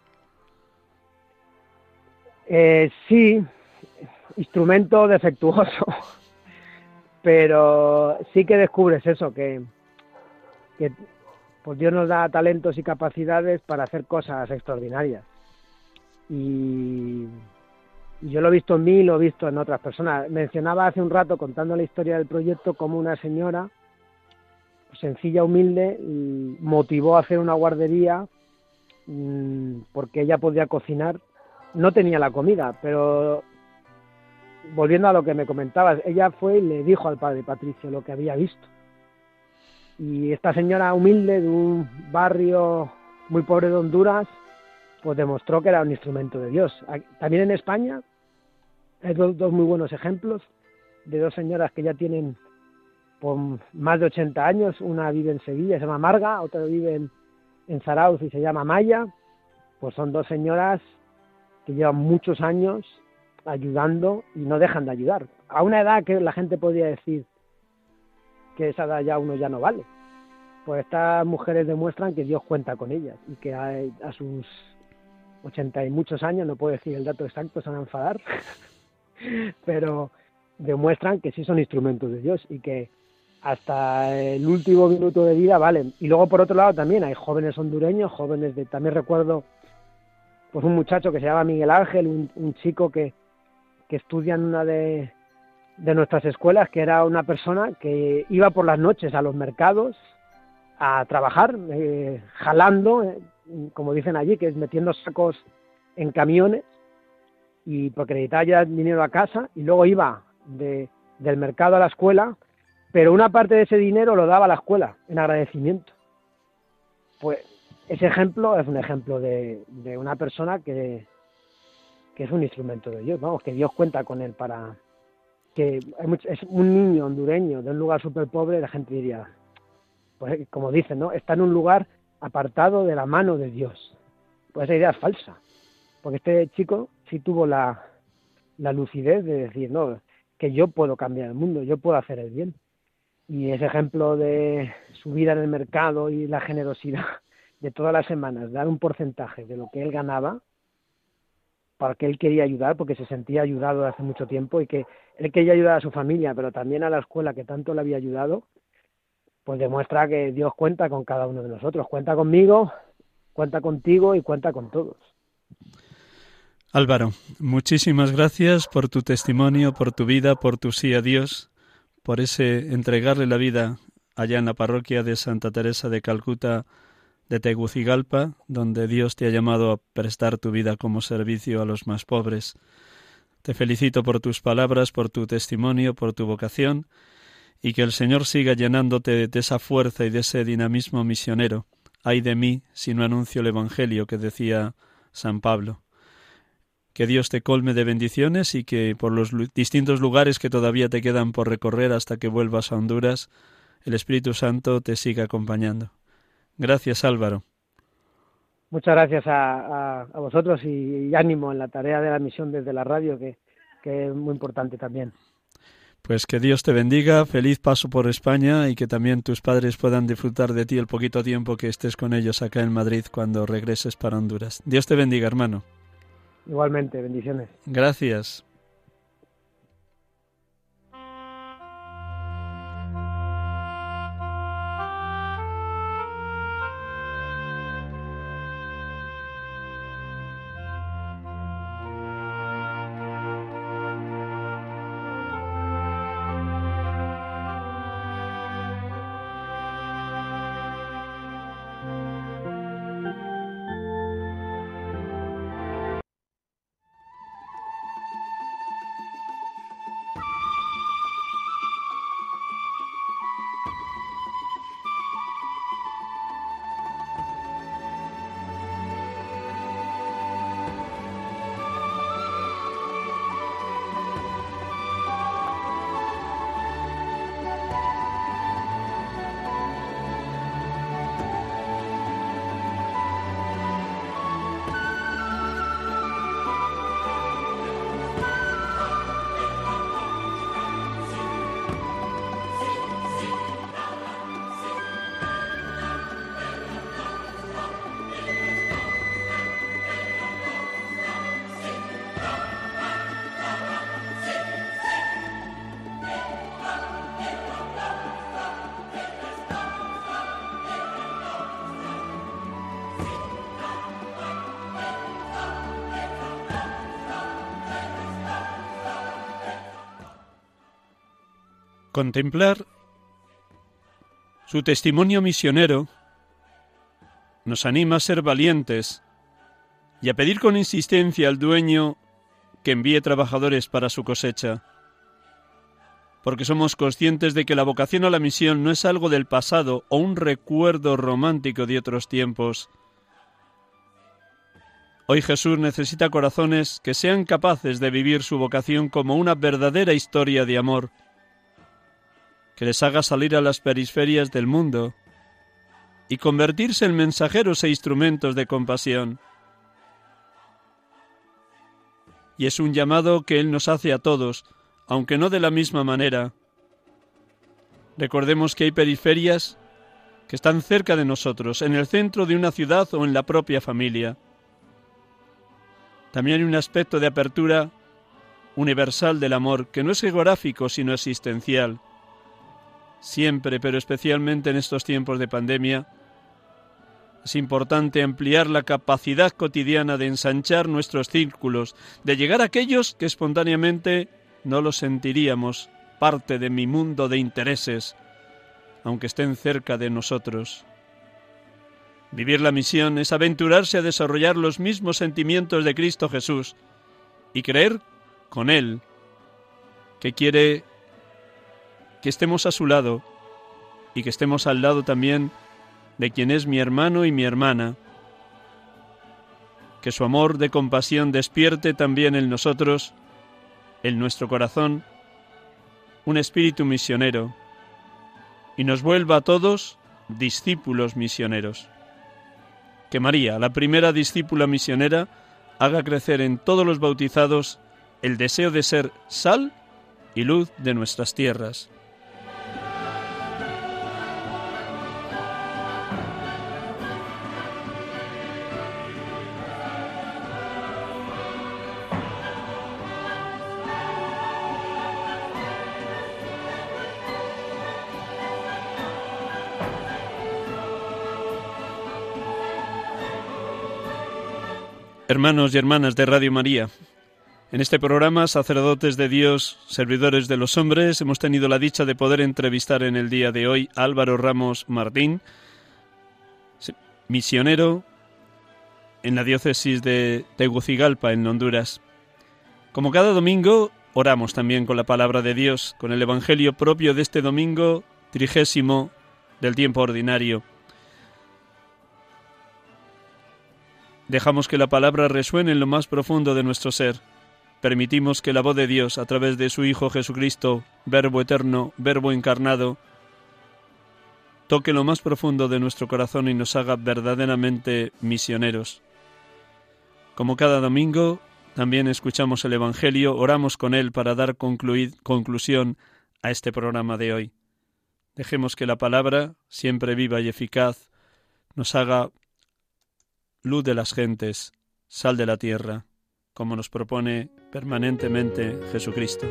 Sí, instrumento defectuoso, pero sí que descubres eso, que pues Dios nos da talentos y capacidades para hacer cosas extraordinarias. Y yo lo he visto en mí y lo he visto en otras personas. Mencionaba hace un rato, contando la historia del proyecto, como una señora sencilla, humilde, motivó a hacer una guardería porque ella podía cocinar. No tenía la comida, pero volviendo a lo que me comentabas, ella fue y le dijo al padre Patricio lo que había visto. Y esta señora humilde de un barrio muy pobre de Honduras, pues demostró que era un instrumento de Dios. También en España hay dos muy buenos ejemplos de dos señoras que ya tienen por más de 80 años. Una vive en Sevilla, se llama Marga, otra vive en Zarauz y se llama Maya. Pues son dos señoras que llevan muchos años ayudando y no dejan de ayudar. A una edad que la gente podría decir que esa edad ya uno ya no vale. Pues estas mujeres demuestran que Dios cuenta con ellas y que a sus 80 y muchos años, no puedo decir el dato exacto, se van a enfadar, pero demuestran que sí son instrumentos de Dios y que hasta el último minuto de vida valen. Y luego por otro lado también hay jóvenes hondureños, también recuerdo pues un muchacho que se llama Miguel Ángel, un chico que estudia en una de nuestras escuelas, que era una persona que iba por las noches a los mercados a trabajar, jalando, como dicen allí, que es metiendo sacos en camiones, y porque necesitaba ya dinero a casa, y luego iba del mercado a la escuela, pero una parte de ese dinero lo daba a la escuela en agradecimiento. Pues ese ejemplo es un ejemplo de una persona que es un instrumento de Dios, vamos, que Dios cuenta con él para que es un niño hondureño de un lugar súper pobre. La gente diría, pues como dicen, ¿no? Está en un lugar apartado de la mano de Dios. Pues esa idea es falsa, porque este chico sí tuvo la lucidez de decir, no, que yo puedo cambiar el mundo, yo puedo hacer el bien. Y ese ejemplo de su vida en el mercado y la generosidad de todas las semanas, dar un porcentaje de lo que él ganaba, para que él quería ayudar, porque se sentía ayudado hace mucho tiempo y que él quería ayudar a su familia, pero también a la escuela que tanto le había ayudado, pues demuestra que Dios cuenta con cada uno de nosotros, cuenta conmigo, cuenta contigo y cuenta con todos. Álvaro, muchísimas gracias por tu testimonio, por tu vida, por tu sí a Dios, por ese entregarle la vida allá en la parroquia de Santa Teresa de Calcuta de Tegucigalpa, donde Dios te ha llamado a prestar tu vida como servicio a los más pobres. Te felicito por tus palabras, por tu testimonio, por tu vocación, y que el Señor siga llenándote de esa fuerza y de ese dinamismo misionero. Ay de mí si no anuncio el Evangelio, que decía San Pablo. Que Dios te colme de bendiciones y que por los distintos lugares que todavía te quedan por recorrer hasta que vuelvas a Honduras, el Espíritu Santo te siga acompañando. Gracias, Álvaro. Muchas gracias a vosotros y ánimo en la tarea de la misión desde la radio, que es muy importante también. Pues que Dios te bendiga, feliz paso por España y que también tus padres puedan disfrutar de ti el poquito tiempo que estés con ellos acá en Madrid cuando regreses para Honduras. Dios te bendiga, hermano. Igualmente, bendiciones. Gracias. Contemplar su testimonio misionero nos anima a ser valientes y a pedir con insistencia al dueño que envíe trabajadores para su cosecha, porque somos conscientes de que la vocación a la misión no es algo del pasado o un recuerdo romántico de otros tiempos. Hoy Jesús necesita corazones que sean capaces de vivir su vocación como una verdadera historia de amor, que les haga salir a las periferias del mundo y convertirse en mensajeros e instrumentos de compasión. Y es un llamado que Él nos hace a todos, aunque no de la misma manera. Recordemos que hay periferias que están cerca de nosotros, en el centro de una ciudad o en la propia familia. También hay un aspecto de apertura universal del amor, que no es geográfico, sino existencial. Siempre, pero especialmente en estos tiempos de pandemia, es importante ampliar la capacidad cotidiana de ensanchar nuestros círculos, de llegar a aquellos que espontáneamente no los sentiríamos parte de mi mundo de intereses, aunque estén cerca de nosotros. Vivir la misión es aventurarse a desarrollar los mismos sentimientos de Cristo Jesús y creer con Él, que quiere que estemos a su lado y que estemos al lado también de quien es mi hermano y mi hermana. Que su amor de compasión despierte también en nosotros, en nuestro corazón, un espíritu misionero y nos vuelva a todos discípulos misioneros. Que María, la primera discípula misionera, haga crecer en todos los bautizados el deseo de ser sal y luz de nuestras tierras. Hermanos y hermanas de Radio María, en este programa, Sacerdotes de Dios, Servidores de los Hombres, hemos tenido la dicha de poder entrevistar en el día de hoy a Álvaro Ramos Martín, misionero en la diócesis de Tegucigalpa, en Honduras. Como cada domingo, oramos también con la palabra de Dios, con el Evangelio propio de este domingo 30 del tiempo ordinario. Dejamos que la palabra resuene en lo más profundo de nuestro ser. Permitimos que la voz de Dios, a través de su Hijo Jesucristo, Verbo eterno, Verbo encarnado, toque lo más profundo de nuestro corazón y nos haga verdaderamente misioneros. Como cada domingo, también escuchamos el Evangelio, oramos con él para dar conclusión a este programa de hoy. Dejemos que la palabra, siempre viva y eficaz, nos haga luz de las gentes, sal de la tierra, como nos propone permanentemente Jesucristo.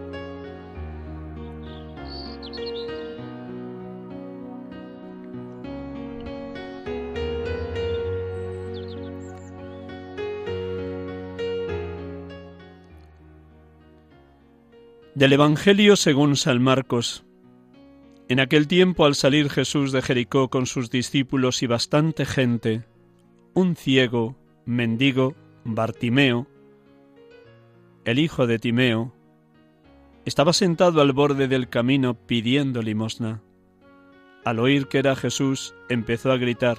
Del Evangelio según San Marcos. En aquel tiempo, al salir Jesús de Jericó con sus discípulos y bastante gente, un ciego, mendigo, Bartimeo, el hijo de Timeo, estaba sentado al borde del camino pidiendo limosna. Al oír que era Jesús, empezó a gritar: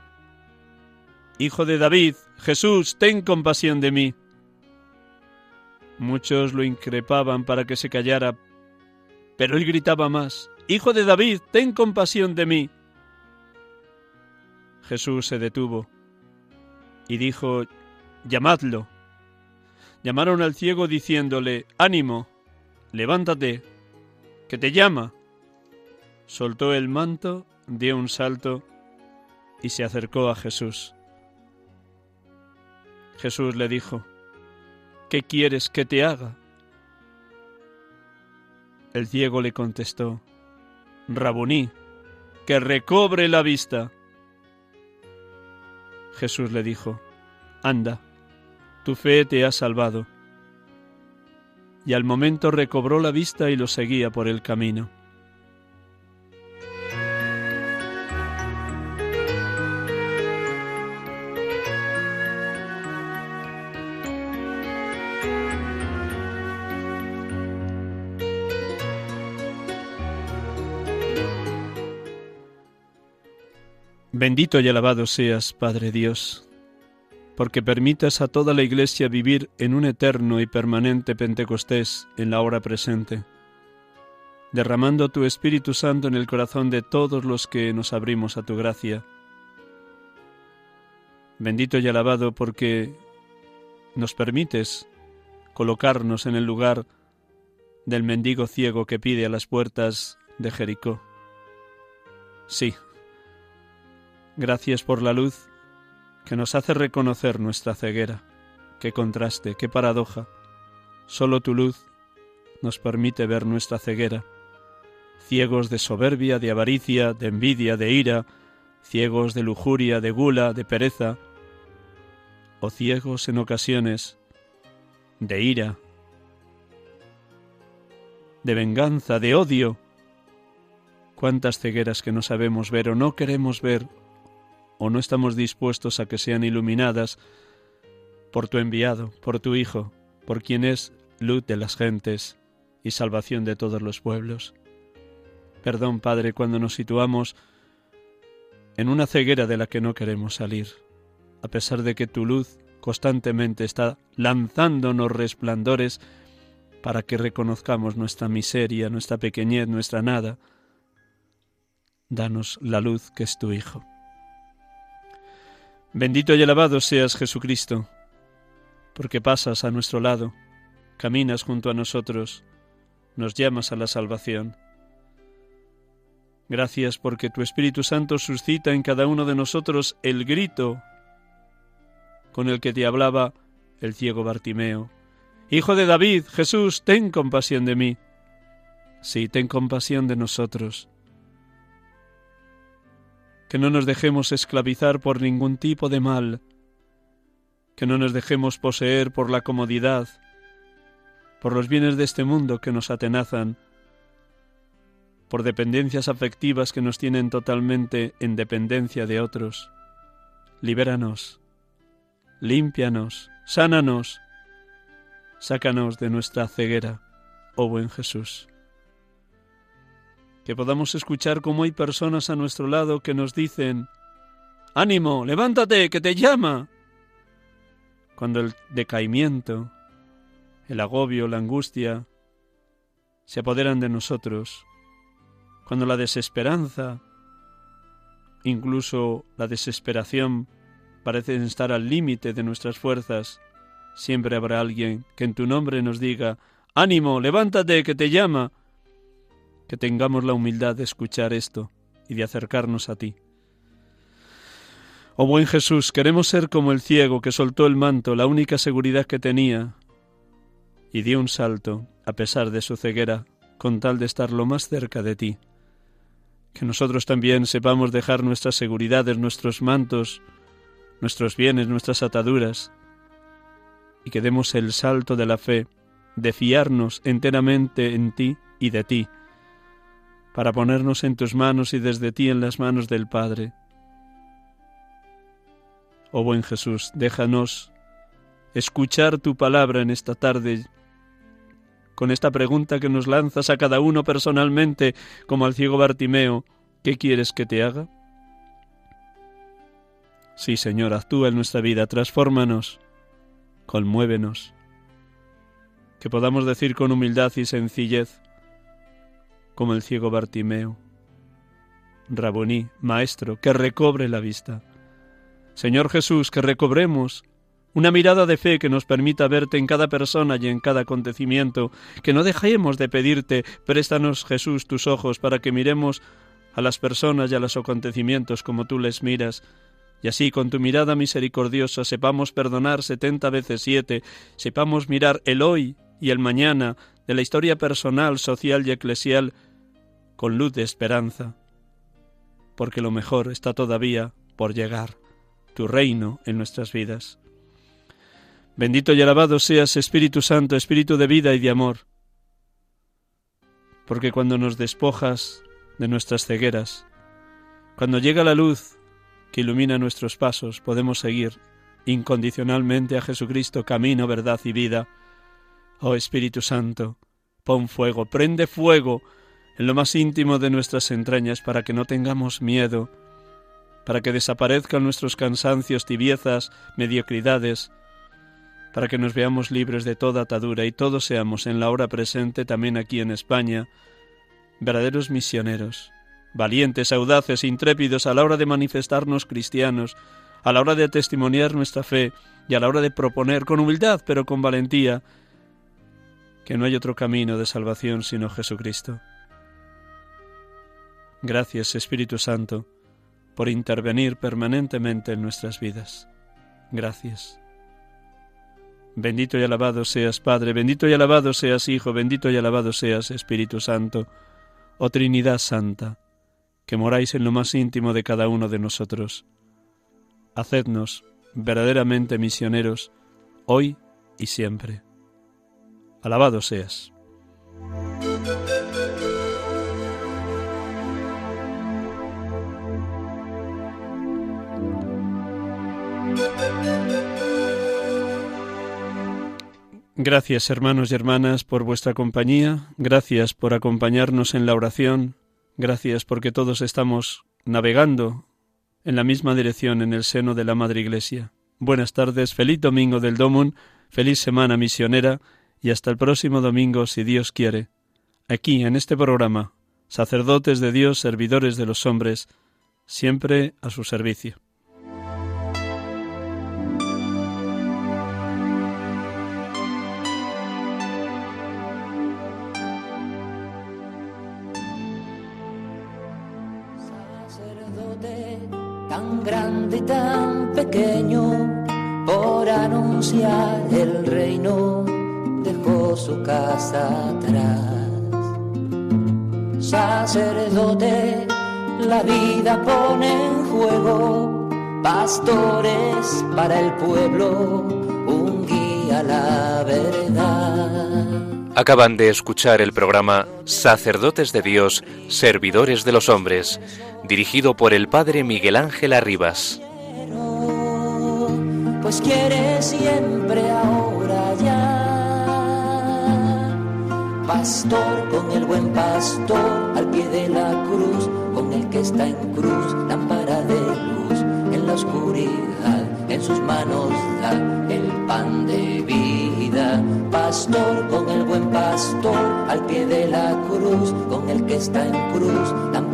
«Hijo de David, Jesús, ten compasión de mí». Muchos lo increpaban para que se callara, pero él gritaba más: «Hijo de David, ten compasión de mí». Jesús se detuvo y dijo: «Llamadlo». Llamaron al ciego diciéndole: «Ánimo, levántate, que te llama». Soltó el manto, dio un salto y se acercó a Jesús. Jesús le dijo: «¿Qué quieres que te haga?». El ciego le contestó: «Rabuní, que recobre la vista». Jesús le dijo: «Anda, tu fe te ha salvado». Y al momento recobró la vista y lo seguía por el camino. Bendito y alabado seas, Padre Dios, porque permitas a toda la Iglesia vivir en un eterno y permanente Pentecostés en la hora presente, derramando tu Espíritu Santo en el corazón de todos los que nos abrimos a tu gracia. Bendito y alabado porque nos permites colocarnos en el lugar del mendigo ciego que pide a las puertas de Jericó. Sí, gracias por la luz que nos hace reconocer nuestra ceguera. Qué contraste, qué paradoja. Solo tu luz nos permite ver nuestra ceguera. Ciegos de soberbia, de avaricia, de envidia, de ira, ciegos de lujuria, de gula, de pereza, o ciegos en ocasiones de ira, de venganza, de odio. Cuántas cegueras que no sabemos ver o no queremos ver, o no estamos dispuestos a que sean iluminadas por tu enviado, por tu Hijo, por quien es luz de las gentes y salvación de todos los pueblos. Perdón, Padre, cuando nos situamos en una ceguera de la que no queremos salir, a pesar de que tu luz constantemente está lanzándonos resplandores para que reconozcamos nuestra miseria, nuestra pequeñez, nuestra nada. Danos la luz que es tu Hijo. Bendito y alabado seas, Jesucristo, porque pasas a nuestro lado, caminas junto a nosotros, nos llamas a la salvación. Gracias porque tu Espíritu Santo suscita en cada uno de nosotros el grito con el que te hablaba el ciego Bartimeo. Hijo de David, Jesús, ten compasión de mí. Sí, ten compasión de nosotros. Que no nos dejemos esclavizar por ningún tipo de mal, que no nos dejemos poseer por la comodidad, por los bienes de este mundo que nos atenazan, por dependencias afectivas que nos tienen totalmente en dependencia de otros. Libéranos, límpianos, sánanos, sácanos de nuestra ceguera, oh buen Jesús. Que podamos escuchar cómo hay personas a nuestro lado que nos dicen: ¡ánimo, levántate, que te llama! Cuando el decaimiento, el agobio, la angustia se apoderan de nosotros, cuando la desesperanza, incluso la desesperación, parecen estar al límite de nuestras fuerzas, siempre habrá alguien que en tu nombre nos diga: ¡ánimo, levántate, que te llama! Que tengamos la humildad de escuchar esto y de acercarnos a ti. Oh buen Jesús, queremos ser como el ciego que soltó el manto, la única seguridad que tenía, y dio un salto, a pesar de su ceguera, con tal de estar lo más cerca de ti. Que nosotros también sepamos dejar nuestras seguridades, nuestros mantos, nuestros bienes, nuestras ataduras, y que demos el salto de la fe, de fiarnos enteramente en ti y de ti, para ponernos en tus manos y desde ti en las manos del Padre. Oh buen Jesús, déjanos escuchar tu palabra en esta tarde, con esta pregunta que nos lanzas a cada uno personalmente, como al ciego Bartimeo: ¿qué quieres que te haga? Sí, Señor, actúa en nuestra vida, transfórmanos, conmuévenos, que podamos decir con humildad y sencillez, como el ciego Bartimeo: Raboní, Maestro, que recobre la vista. Señor Jesús, que recobremos una mirada de fe que nos permita verte en cada persona y en cada acontecimiento, que no dejemos de pedirte: préstanos, Jesús, tus ojos para que miremos a las personas y a los acontecimientos como tú les miras, y así con tu mirada misericordiosa sepamos perdonar 70 veces 7, sepamos mirar el hoy y el mañana de la historia personal, social y eclesial con luz de esperanza, porque lo mejor está todavía por llegar, tu reino en nuestras vidas. Bendito y alabado seas, Espíritu Santo, Espíritu de vida y de amor, porque cuando nos despojas de nuestras cegueras, cuando llega la luz que ilumina nuestros pasos, podemos seguir incondicionalmente a Jesucristo, camino, verdad y vida. Oh Espíritu Santo, pon fuego, prende fuego en lo más íntimo de nuestras entrañas para que no tengamos miedo para que desaparezcan nuestros cansancios, tibiezas, mediocridades, para que nos veamos libres de toda atadura y todos seamos en la hora presente, también aquí en España, verdaderos misioneros, valientes, audaces, intrépidos a la hora de manifestarnos cristianos, a la hora de testimoniar nuestra fe y a la hora de proponer con humildad pero con valentía que no hay otro camino de salvación sino Jesucristo. Gracias, Espíritu Santo, por intervenir permanentemente en nuestras vidas. Gracias. Bendito y alabado seas, Padre, bendito y alabado seas, Hijo, bendito y alabado seas, Espíritu Santo, oh Trinidad Santa, que moráis en lo más íntimo de cada uno de nosotros. Hacednos verdaderamente misioneros, hoy y siempre. Alabado seas. Gracias, hermanos y hermanas, por vuestra compañía, gracias por acompañarnos en la oración, gracias porque todos estamos navegando en la misma dirección en el seno de la Madre Iglesia. Buenas tardes, feliz domingo del Domum, feliz semana misionera y hasta el próximo domingo, si Dios quiere. Aquí, en este programa, sacerdotes de Dios, servidores de los hombres, siempre a su servicio. Tan grande y tan pequeño, por anunciar el reino, dejó su casa atrás. Sacerdote, la vida pone en juego, pastores para el pueblo, un guía a la verdad. Acaban de escuchar el programa Sacerdotes de Dios, Servidores de los Hombres, dirigido por el Padre Miguel Ángel Arribas. Pues quiere siempre ahora ya, pastor con el buen pastor, al pie de la cruz, con el que está en cruz, lámpara de luz, en la oscuridad, en sus manos da el pan de vida. Pastor con el buen pastor, al pie de la cruz, con el que está en cruz,